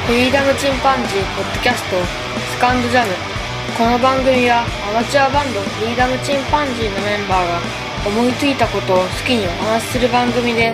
フリーダムチンパンジーポッドキャストスカンドジャム。この番組はアマチュアバンドフリーダムチンパンジーのメンバーが思いついたことを好きにお話しする番組です。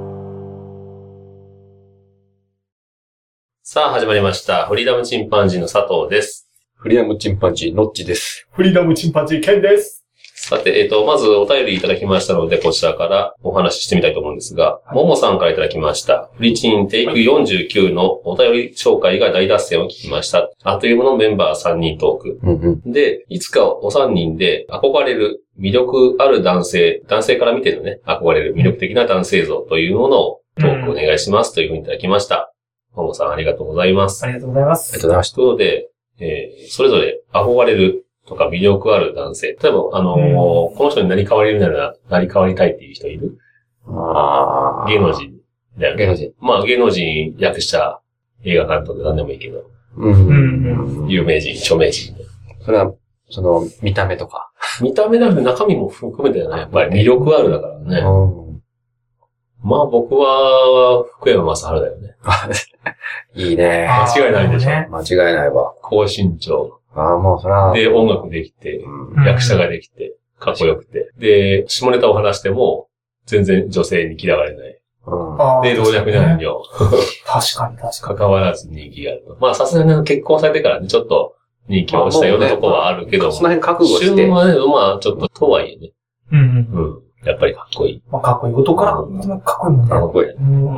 さあ始まりました。フリーダムチンパンジーの佐藤です。 フリーダムチンパンジーのっちです。 フリーダムチンパンジーケンです。 さて、まずお便りいただきましたので、こちらからお話ししてみたいと思うんですが、ももさんからいただきました。フリチンテイク49のお便り紹介が大脱線を聞きました。あっという間のメンバー3人トーク。で、いつかお3人で憧れる魅力ある男性から見てるね、憧れる魅力的な男性像というものをトークお願いしますというふうにいただきました。ももさんありがとうございます。 ありがとうございます。 ありがとうございます。 ということで、それぞれ憧れるとか魅力ある男性。例えば、この人になり変われるならなり変わりたいっていう人いる？芸能人だよね。 芸能人。 まあ芸能人、役者、映画監督何でもいいけど。有名人、著名人。 それは、見た目とか。 見た目だけど中身も含めてだね。やっぱり魅力あるだからね。まあ僕は、福山雅治だよね。 いいね。 間違いないでしょ。 間違いないわ。 高身長。 もうそら。で、 音楽できて、役者ができて、かっこよくて。で、下ネタを話しても、全然女性に嫌われない。で、老若男女。 確かに。 関わらず人気がある。まあさすがに結婚されてからね、ちょっと人気をしたようなとこはあるけど。 その辺覚悟して。 旬はね、まあちょっととはいえね。やっぱりかっこいい。 まあかっこいい。男からかっこいいもんね。 かっこいい。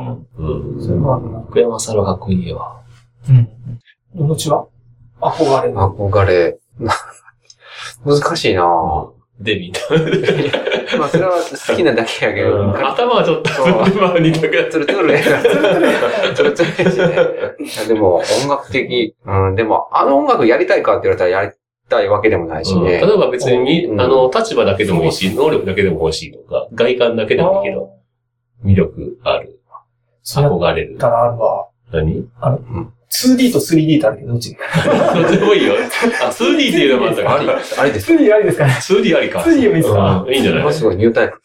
福山雅治はかっこいいよ。 どのちは憧れ。 難しいなぁ。 デビーまあそれは好きなだけやけど。 頭はちょっと、似たくなってツルツルやツルツルやしね。でも音楽的、でも音楽やりたいかって言われたらやりたいわけでもないしね。 例えば別に、立場だけでもいいし、能力だけでも欲しいとか、外観だけでもいいけど、魅力ある。憧れる。 たらあるわ。 何 2D と 3D ってあるけど、どっちどっちでもいいよ。2D っていうのもあったから。 ありです。2D ありですかね。 2D ありか。 2D もいいですか？ いいんじゃない？ すごいニュータイプ。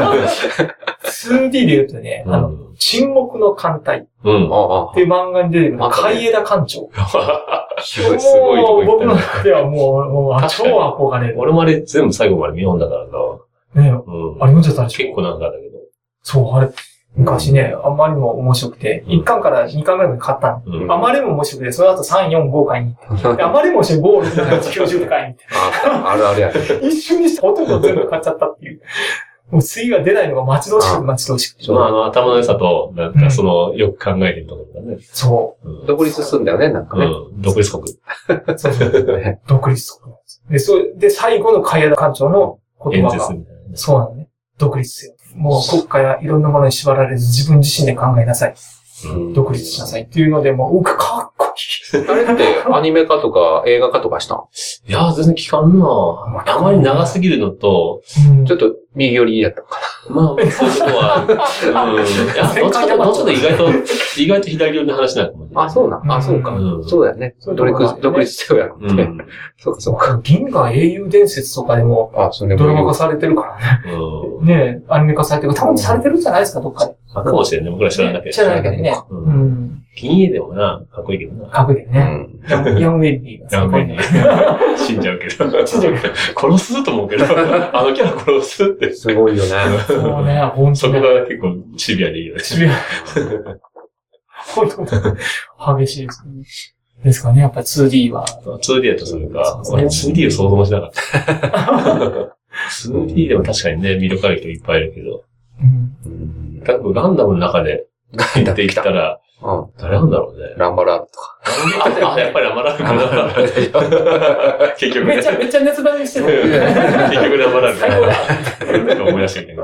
2D で言うとね、沈黙の艦隊。っていう漫画に出てくる海江田艦長。 すごいとこ僕の中ではもう、超憧れる。 俺もあれ全部最後まで読んだからな。 ねあれ読んじゃったでしょ？ 結構なんかだけど。 そう、あれ。昔ね、あまりにも面白くて、1巻から2巻ぐらいまで買ったの。あまりにも面白くて、その後3、4、5回に行って。あまりにも面白い5、6、7、8、90回に行って。 あるあるやね。 一瞬にしてほとんど全部買っちゃったっていう。もう次が出ないのが待ち遠しくて。 まあ頭の良さと、なんかよく考えてるところだね。 そう。 独立するんだよね、なんかね。 独立国。 そう。独立国。で、最後の海江田艦長の言葉が。そうなのね。独立せよ。もう国家やいろんなものに縛られず自分自身で考えなさい。独立しなさいっていうので、もう、かっこいい。 あれってアニメ化とか映画化とかしたん？ いや、全然聞かんなあまり長すぎるのと、 ちょっと右寄りやったのかな。まあ、そういうことは、いや、どっちかと意外と左寄りの話なんかもね。 そうか。そうだよね。独立せよやろって。そうか。 銀河英雄伝説とかでも、ドラマ化されてるからね。ねアニメ化されてる。多分されてるんじゃないですか、どっかで。 かもしれんね。僕ら知らなきゃ。 知らなきゃね。 銀英でもな、かっこいいけどな。 かっこいいけどね。ヤンウェリーが。 ヤンウェリー。死んじゃうけど。殺すと思うけど、キャラ殺すって。 すごいよね。 そうね、ほんと。 そこが結構シビアでいいよね。 シビア。ほんと、激しいですね。ですかね、やっぱり 2D は。 2D だとするか。俺 2D を想像もしなかった。2D でも確かにね、魅力ある人いっぱいいるけど。多分ガンダムの中で出てきたら、誰なんだろうね。 ランバラールとか。 やっぱりランバラールかな。結局ね。 めっちゃ熱弁してる。 結局ランバラールかな。思い出したけど。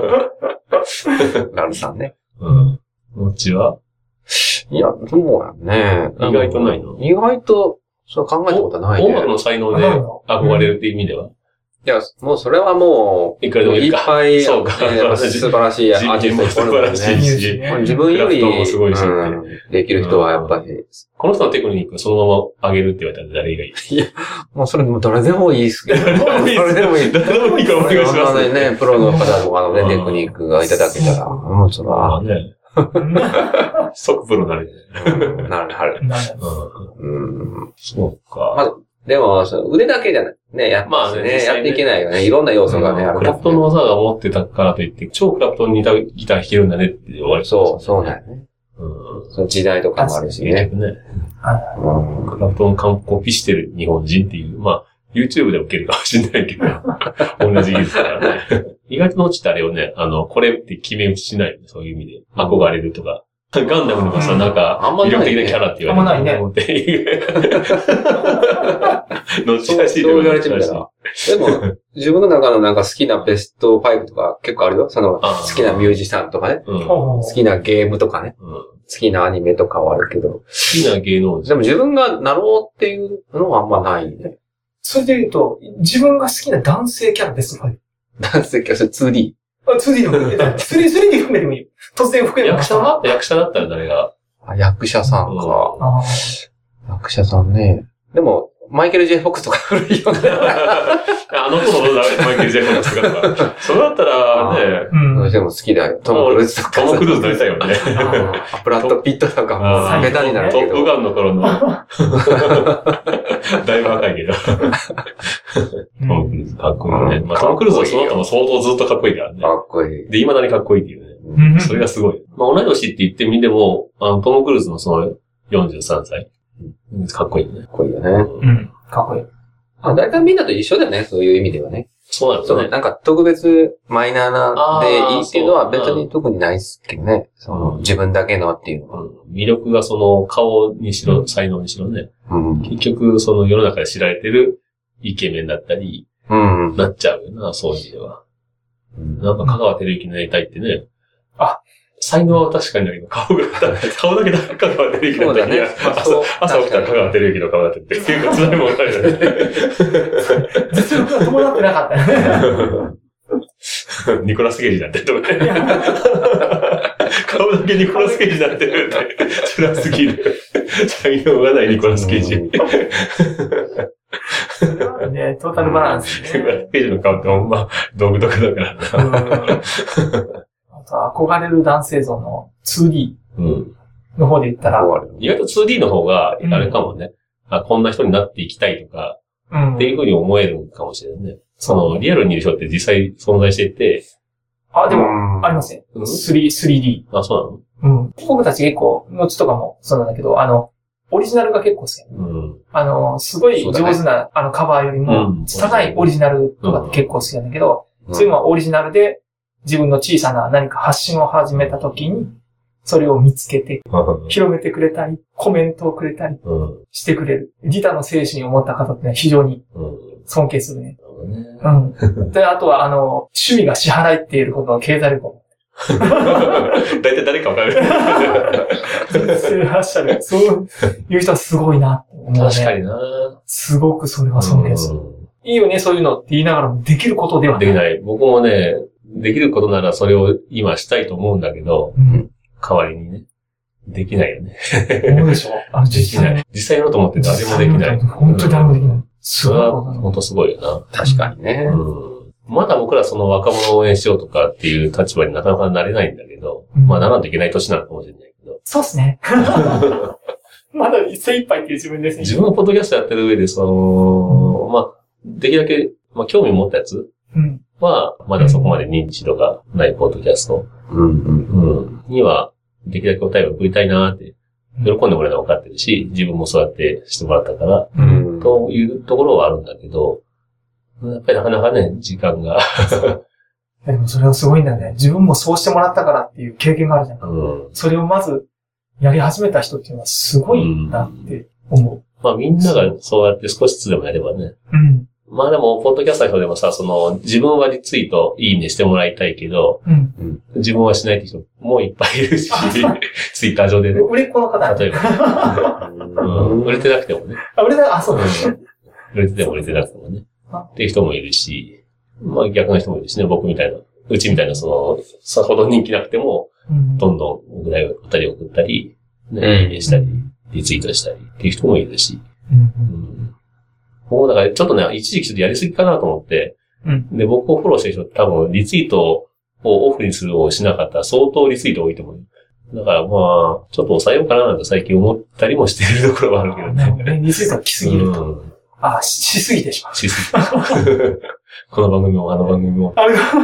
ラルさんね。 どっちは？ いや、そうやね。 意外とないの？ 意外と、そう考えたことないね。 音楽の才能で憧れるっていう意味では？ いや、もうそれはもう、 いくらでもいいか。 いっぱい、 そうか。 素晴らしいアーティストいっぱいいるからね。自分より、できる人はやっぱり。 この人のテクニックそのまま上げるって言われたら誰がいい？ いや、もうそれも誰でもいいですけど。誰でもいい。 誰でもいいからお願いします。 ね、プロの方とかのね、テクニックがいただけたら、もうそれは。 即プロになる。 なる。 そうか。 まあ、でも、腕だけじゃない。ね、やっていけないよね。いろんな要素がね、ある。 クラプトンの技が持ってたからといって、超クラプトンに似たギター弾けるんだねって言われて。 そうなんよね。その時代とかもあるしね。 クラプトン完コピしてる日本人っていう、まあ、YouTube でも受けるかもしれないけど、同じ技術だからね。意外とノッチってあれをね、これって決め打ちしないよね、そういう意味で。憧れるとか。ガンダムのさ、なんか、魅力的なキャラって言われてる。あんまないね。ノッチらしいと言われてみたら。でも、自分の中のなんか好きなベスト5とか結構あるよ。その、好きなミュージシャンとかね。好きなゲームとかね。好きなアニメとかはあるけど。 好きな芸能人。 でも自分がなろうっていうのはあんまないね。 それで言うと、自分が好きな男性キャラベスト5。 男性キャラ、それ 2D。 2D でもいい。3D 含めてもいい。突然含めてもいい。 役者だったら誰が？ 役者さんか。役者さんね。でも、マイケル・ジェイ・フォックスとか古いよね。 あの頃のマイケル・ジェイ・フォックスとか。そうだったらね。 でも好きだよ。トム・クルーズとか。 トム・クルーズなりたいよね。 ブラッド・ピットとかもベタになるけど。 トップガンの頃の。だいぶ若いけど。トム・クルーズかっこいいよね。まあトム・クルーズはその後も相当ずっとかっこいいからね。 かっこいい。 で、未だにかっこいいっていうね。それがすごい。まあ同い年って言ってみても、トム・クルーズのその43歳。かっこいいよね。 かっこいいよね。 かっこいい。 大体みんなと一緒だよね、そういう意味ではね。 そうなんですね。 なんか特別マイナーなでいいっていうのは別に特にないですけどね。自分だけのっていうのは。 魅力がその顔にしろ、才能にしろね。結局その世の中で知られてるイケメンだったり、なっちゃうよな、そういう意味では。なんか香川照之になりたいってね。才能は確かにだけど、顔だけ香川照之だったり、朝起きたら香川照之の顔だってって結構辛いもんないよね。 実力が伴ってなかったよね。 ニコラス・ケイジだってとかね。顔だけニコラス・ケイジだってるって、辛すぎる。才能がないニコラス・ケイジ。 ね、トータルバランス、 ニコラス・ケイジの顔ってほんま独特だからな。 憧れる男性像の 2D の方で言ったら、 意外と 2D の方が、あれかもね、こんな人になっていきたいとか、っていう風に思えるかもしれないね。その、リアルにいる人って実際存在していて、 でも、ありますね。3D。 そうなの？ 僕たち結構、後とかもそうなんだけど、オリジナルが結構好き。すごい上手な、カバーよりも、拙いオリジナルとかって結構好きなんだけど、そういうのはオリジナルで、自分の小さな何か発信を始めた時に、それを見つけて、広めてくれたり、コメントをくれたりしてくれる。ギターの精神を持った方って非常に尊敬するね。で、あとは、趣味が支払いっていることの経済力を。 大体誰かわかる。 そういう人はすごいなって思うね。 確かにな。 すごくそれは尊敬する。いいよね、そういうのって言いながらもできることではない。 できない。僕もね、できることならそれを今したいと思うんだけど、代わりにね、できないよね。 そうでしょ。実際やろうと思って誰もできない。 本当に誰もできない。 それは本当すごいよな。 確かにね。 まだ僕らその若者を応援しようとかっていう立場になかなかなれないんだけど、まあならんといけない年なのかもしれないけど。 そうっすね。まだ精一杯っていう自分ですね。 自分のポッドキャストやってる上で、まあ、できるだけ、まあ興味持ったやつは、まだそこまで認知度がないポッドキャストには、できるだけお便り送りたいなーって、喜んでもらえるのは分かってるし、自分もそうやってしてもらったから、というところはあるんだけど、やっぱりなかなかね、時間が。 でもそれはすごいんだよね。自分もそうしてもらったからっていう経験があるじゃん。それをまず、やり始めた人っていうのはすごいなって思う。 まあみんながそうやって少しずつでもやればね。まあでも、ポッドキャスターの人でもさ、自分はリツイート、いいねしてもらいたいけど、自分はしないって人もいっぱいいるし、ツイッター上でね。 売れっ子の方例えば。売れてなくてもね。 そうだね。 売れてても売れてなくてもね。っていう人もいるし、まあ逆の人もいるしね、僕みたいな、うちみたいなさほど人気なくても、どんどんお便り送ったり、ね、いいねしたり、リツイートしたりっていう人もいるし。もうだからちょっとね、一時期ちょっとやりすぎかなと思って、で、僕をフォローしてる人多分リツイートをオフにするをしなかったら相当リツイート多いと思う。 だからまあ、ちょっと抑えようかななんて最近思ったりもしているところはあるけどね。 リツイート来すぎると。しすぎてしまう。 しすぎて。この番組もあの番組も。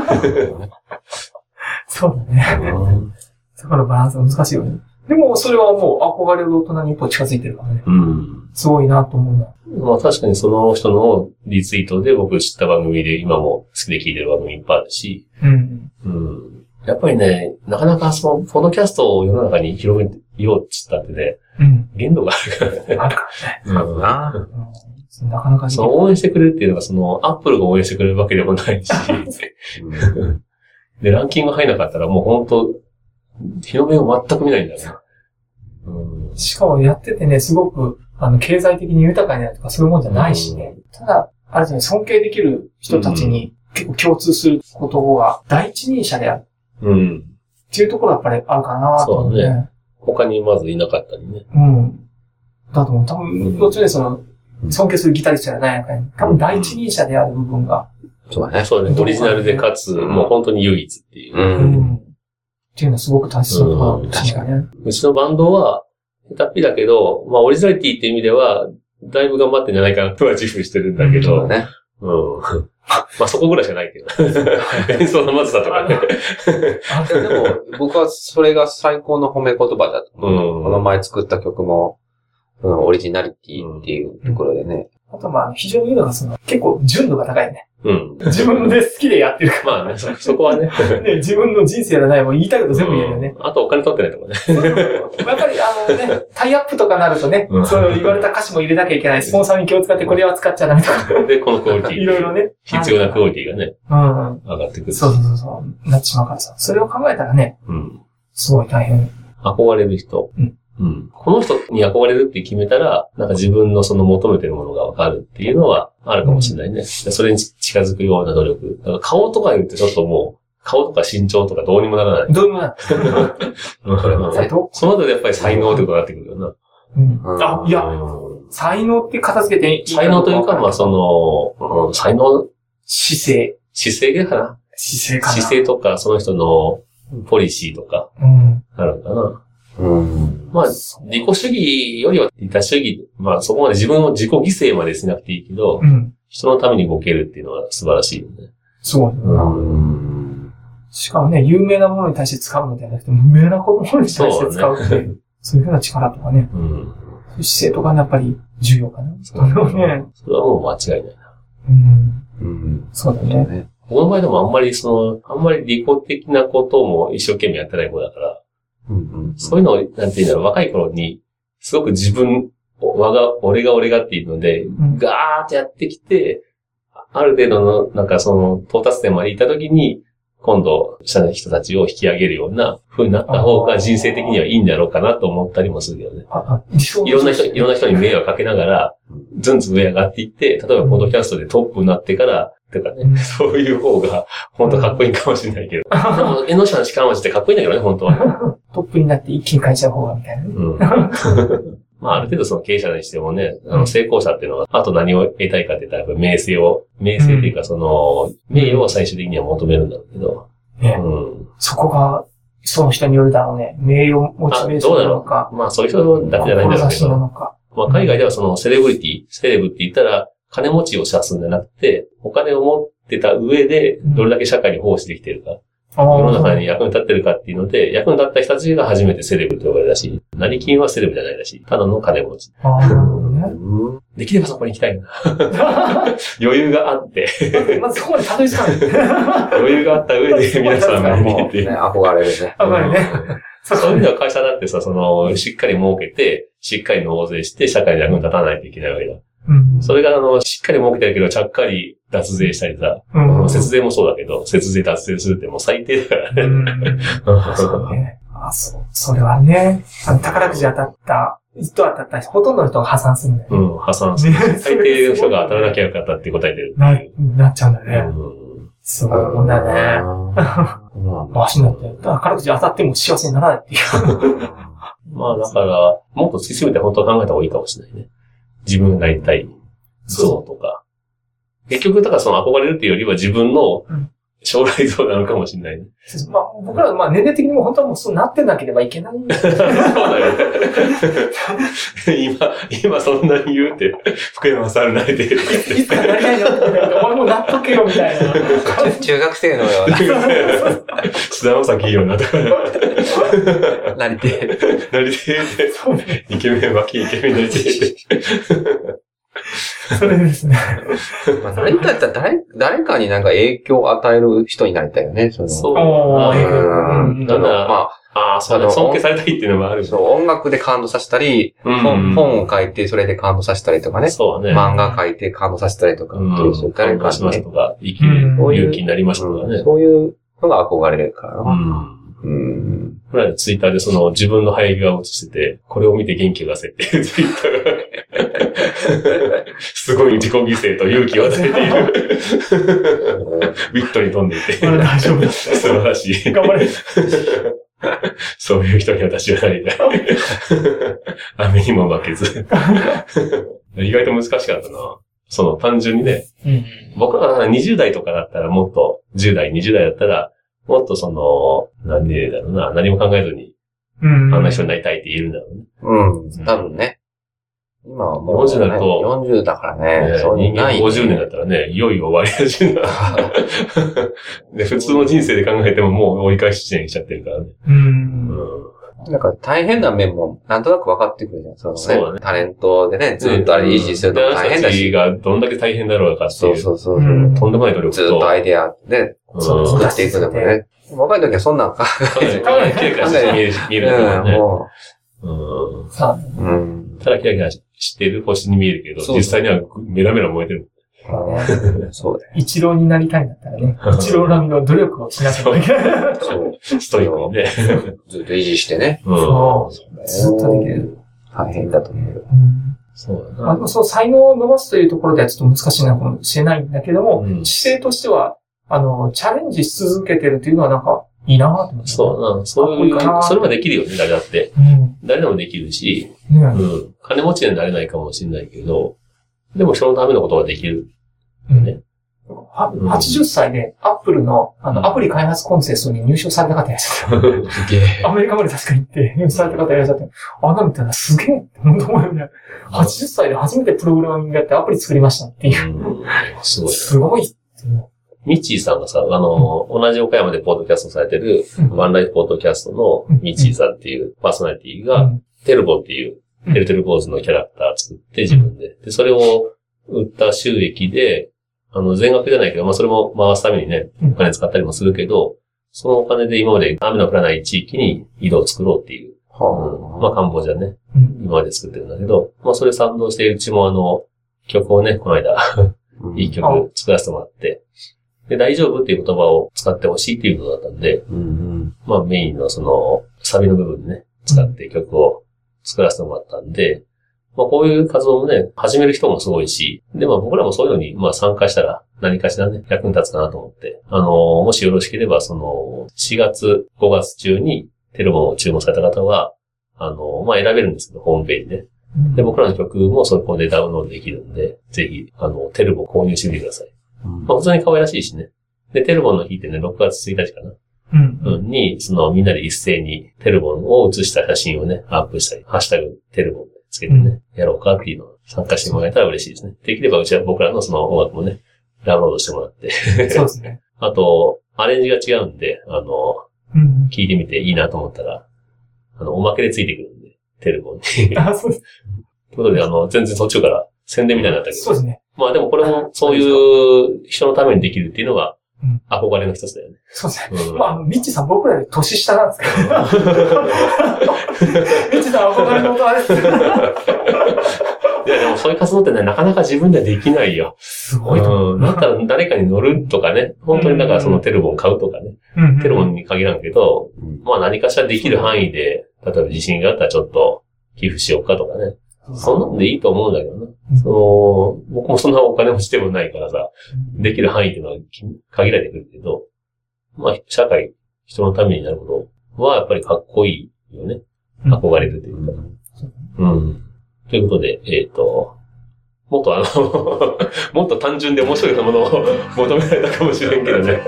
そうだね。だからバランス難しいよね。でも、それはもう憧れる大人に一歩近づいてるからね。すごいなと思うな。 まあ確かにその人のリツイートで僕知った番組で今も好きで聞いてる番組いっぱいあるし。やっぱりね、なかなかその、ポッドキャストを世の中に広げようっつったってね、限度があるからね。 あるからね。なかなかその応援してくれるっていうのが、その、アップルが応援してくれるわけでもないし。で、ランキング入んなかったらもう本当日の目を全く見ないんだよね。 しかもやっててね、すごく、経済的に豊かになるとかそういうもんじゃないしね。ただ、ある程度尊敬できる人たちに結構共通することが、第一人者である。っていうところはやっぱりあるかなと思うね。そうね。 他にまずいなかったりね。 だと思う。多分、もちろんその、尊敬するギタリストじゃない中に、多分第一人者である部分が。 そうだね。そうね。オリジナルでかつ、もう本当に唯一っていう。 っていうのはすごく大切なところ。確かにね。 うちのバンドは、下手っぴだけど、まあオリジナリティっていう意味では、だいぶ頑張ってんじゃないかなとは自負してるんだけど。まあそこぐらいしかないけど。演奏のまずさとかね。 でも、僕はそれが最高の褒め言葉だと思う。この前作った曲も、オリジナリティっていうところでね。 あとまあ、非常にいいのが結構純度が高いね。自分で好きでやってるから。 まあね、そこはね。 自分の人生やらないも言いたいこと全部言えるよね。 あとお金取ってないとかね。 やっぱりタイアップとかなるとね、そう言われた歌詞も入れなきゃいけない。スポンサーに気を使ってこれは使っちゃダメとか。 で、このクオリティ。 いろいろね。 必要なクオリティがね。上がってくる。 そう。なってしまうからさ。それを考えたらね。すごい大変。 憧れる人。この人に憧れるって決めたら、なんか自分のその求めてるものがわかるっていうのはあるかもしれないね。それに近づくような努力。だから顔とか言ってちょっともう、顔とか身長とかどうにもならない。 どうにもならない。 その後でやっぱり才能ってことになってくるよな。いや、才能って片付けていい才能というか、まあその、才能。 姿勢かな。 姿勢とか、その人のポリシーとか、あるのかな。まあ、自己主義よりは利他主義、まあそこまで自分を自己犠牲までしなくていいけど、人のために動けるっていうのは素晴らしいよね。 そう。しかもね、有名なものに対して使うのではなくて、無名なものに対して使うっていう、そういうふうな力とかね。姿勢とかね、やっぱり重要かな。 それはもう間違いないな。 そうだね。 この場合でもあんまり利己的なことも一生懸命やってない子だから、そういうのを、なんていうんだろう、若い頃に、すごく自分、俺がっていうので、ガーってやってきて、ある程度の、なんかその、到達点まで行った時に、今度、下の人たちを引き上げるような風になった方が人生的にはいいんだろうかなと思ったりもするよね。いろんな人に迷惑かけながら、ずんずん上上がっていって、例えばポッドキャストでトップになってから、とかね、そういう方が、本当かっこいいかもしれないけど。でも、江ノ島の力持ちってかっこいいんだけどね、本当は。 トップになって一気に変えちゃう方が、みたいな。 まあ、ある程度その経営者にしてもね、成功者っていうのは、あと何を得たいかって言ったら、やっぱ名声っていうか、その、名誉を最終的には求めるんだろうけど。 そこが、その人によるだろうね。名誉モチベーションなのか。 まあ、そういう人だけじゃないんだろうけど。まあ、海外ではそのセレブって言ったら、金持ちを指すんじゃなくて、お金を持ってた上で、どれだけ社会に奉仕できてるか。世の中に役に立ってるかっていうので、役に立った人たちが初めてセレブと呼ばれるらしい。成金はセレブじゃないらしい。ただの金持ち。できればそこに行きたいな。余裕があって。 まずそこまでたどり着かない。 余裕があった上で皆さんが見てて。 憧れるね。 憧れるね。 そういう意味では会社だってさ、しっかり儲けて、しっかり納税して、社会に役に立たないといけないわけだ。それがしっかり儲けてるけど、ちゃっかり脱税したりさ、節税もそうだけど、節税脱税するってもう最低だからね。 そうね。それはね、宝くじ当たったほとんどの人が破産するんだよね。 破産する。最低の人が当たらなきゃよかったって答えてる。 なっちゃうんだね。すごいもんだね。わしなんて、宝くじ当たっても幸せにならないっていう。 まあだから、もっと突き詰めて本当は考えた方がいいかもしれないね。自分がなりたい像とか。結局、だからその憧れるっていうよりは自分の将来像なのかもしれないね。 まあ、僕らは年齢的にも本当はもうそうなってなければいけない。 そうだよね。今そんなに言うて、福山さんなりで。 いつかなりたいよって言って、お前もうなっとけよみたいな。 中学生のような。 菅田将暉いいよなとか。 なりてえ。なりてえで。イケメン脇イケメンなりてえで。 それですね。 まあ、なりたいって誰かになんか影響を与える人になりたいよね。 そう。 なんだまあ、そうだ、尊敬されたいっていうのもある。 そう、音楽で感動させたり、本を書いてそれで感動させたりとかね。 そうね。 漫画書いて感動させたりとかっていう人、誰かにね。 とか、生きる勇気になりましたとかね。 そういうのが憧れるからな。 これはツイッターで自分の生え際を映してて、これを見て元気を出せっていうツイッターが、すごい自己犠牲と勇気を与えている。ウィットに飛んでいて。 大丈夫です。 素晴らしい。 頑張れ。 そういう人に私はなりたい。雨にも負けず。意外と難しかったな。単純にね、僕は20代とかだったらもっと、10代、20代だったら、もっと何でだろうな、何も考えずに、あんな人になりたいって言えるんだろうね。 多分ね。今はもう、 40になると、 40だからね。 人間50年だったらね、いよいよ終わりだしな。で、普通の人生で考えてももう折り返し地点しちゃってるからね。 なんか大変な面もなんとなく分かってくるじゃん。 そうだね。 タレントでね、ずっとあれ維持するのも大変だし。 がどんだけ大変だろうかっていう。 そう。 とんでもない努力と。 ずっとアイデアで作っていくのもね。若い時はそんなん考えてかなりキラキラして見えるんだね。ただキラキラしてる星に見えるけど、実際にはメラメラ燃えてる。 そうだよ。 一郎になりたいんだったらね、一郎並みの努力をしなきゃいけない。 そう。 ストイックにね。 ずっと維持してね。 そう。ずっとできる。 大変だと思う。 そうだな。才能を伸ばすというところではちょっと難しいのかもしれないんだけども、姿勢としては、チャレンジし続けてるっていうのはなんか、いいなと思って。 そういう、それはできるよね、誰だって。誰でもできるし、金持ちになれないかもしれないけど、でも人のためのことができる。ね。 80歳でアップルのアプリ開発コンテストに入賞された方いらっしゃった。アメリカまで確かに行って入賞された方いらっしゃって、あんなみたいなすげえって本当思うよね。80歳で初めてプログラミングやってアプリ作りましたっていう。 すごい。 すごい。 ミッチーさんがさ、同じ岡山でポッドキャストされてる、ワンライフポッドキャストのミッチーさんっていうパーソナリティが、テルボっていう、てるてる坊主のキャラクター作って自分で。で、それを売った収益で、全額じゃないけど、まあそれも回すためにね、お金使ったりもするけど、そのお金で今まで雨の降らない地域に井戸を作ろうっていう。まあカンボジアね、今まで作ってるんだけど、まあそれ賛同してうちも曲をね、この間、いい曲作らせてもらって、で、大丈夫っていう言葉を使ってほしいっていうことだったんで、まあメインのサビの部分ね、使って曲を作らせてもらったんで、まあこういう活動もね、始める人もすごいし、で、まあ僕らもそういうのに、まあ参加したら何かしらね、役に立つかなと思って、もしよろしければ、4月、5月中にテルモンを注文された方は、まあ選べるんですけど、ホームページで。で、僕らの曲もそこでダウンロードできるんで、ぜひ、テルモン購入してみてください。まあ普通に可愛らしいしね。で、テルモンの日ってね、6月1日かな。に、みんなで一斉にテルモンを写した写真をね、アップしたり、ハッシュタグテルモンでつけてね、やろうかっていうのを参加してもらえたら嬉しいですね。できれば僕らの音楽もね、ダウンロードしてもらって。 そうですね。 あと、アレンジが違うんで、聞いてみていいなと思ったら、おまけでついてくるんで、テルモンに。 あ、そうです。 ということで、全然途中から宣伝みたいになったけど。 そうですね。 まあでもこれもそういう人のためにできるっていうのが、憧れの一つだよね。 そうですね。まあ、ミッチーさん僕らより年下なんですけど。ミッチーさん憧れの大人です。 いや、でもそういう活動ってね、なかなか自分ではできないよ。 すごいと。 だったら誰かに乗るとかね、本当にだからテルモン買うとかね、テルモンに限らんけど、まあ何かしらできる範囲で、例えば地震があったらちょっと寄付しようかとかね。そんなんでいいと思うんだけどな。僕もそんなお金もしてもないからさ、できる範囲っていうのは限られてくるけど、まあ、社会、人のためになることはやっぱりかっこいいよね。憧れるというか。ということで、 もっともっと単純で面白いものを求められたかもしれんけどね。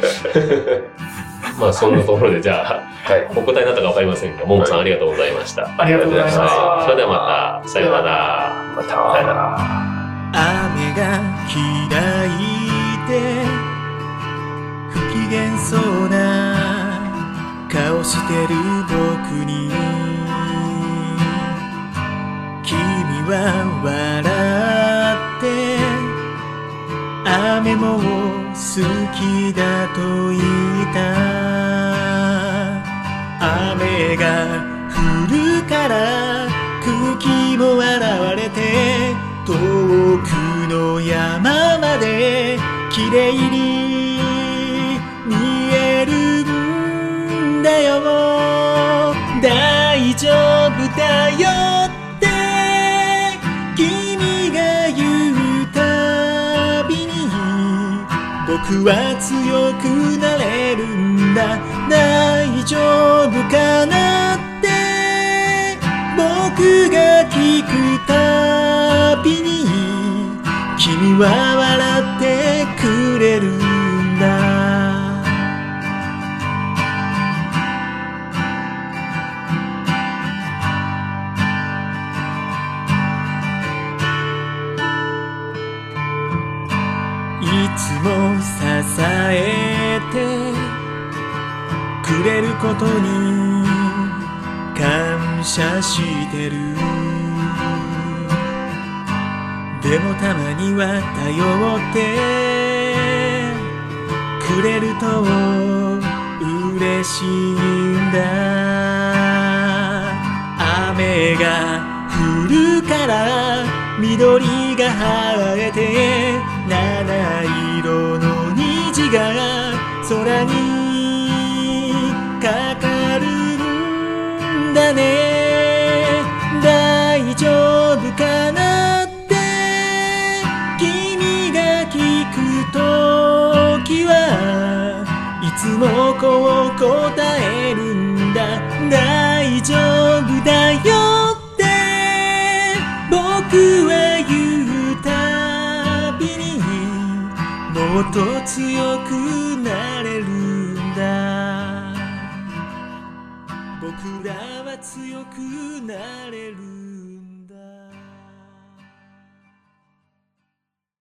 まあそんなところでじゃあ、はい、お答えになったかわかりませんが、ももさんありがとうございました。 ありがとうございました。 それではまた、さようなら。 また、さようなら。 雨が嫌いで不機嫌そうな顔してる僕に君は笑って雨も好きだと言った雨が降るから空気も現れて遠くの山まで綺麗に見えるんだよ大丈夫だよって君が言うたびに僕は強くなれるんだ大丈夫かなって僕が聞くたびに君は笑ってくれるんだいつも支えてくれることに感謝してるでもたまには頼ってくれると嬉しいんだ雨が降るから緑が生えて七色の虹が空にかかるんだね大丈夫かなって君が聞くときはいつもこう答えるんだ大丈夫だよって僕は言うたびにもっと強くなれるんだ僕らは強くなれる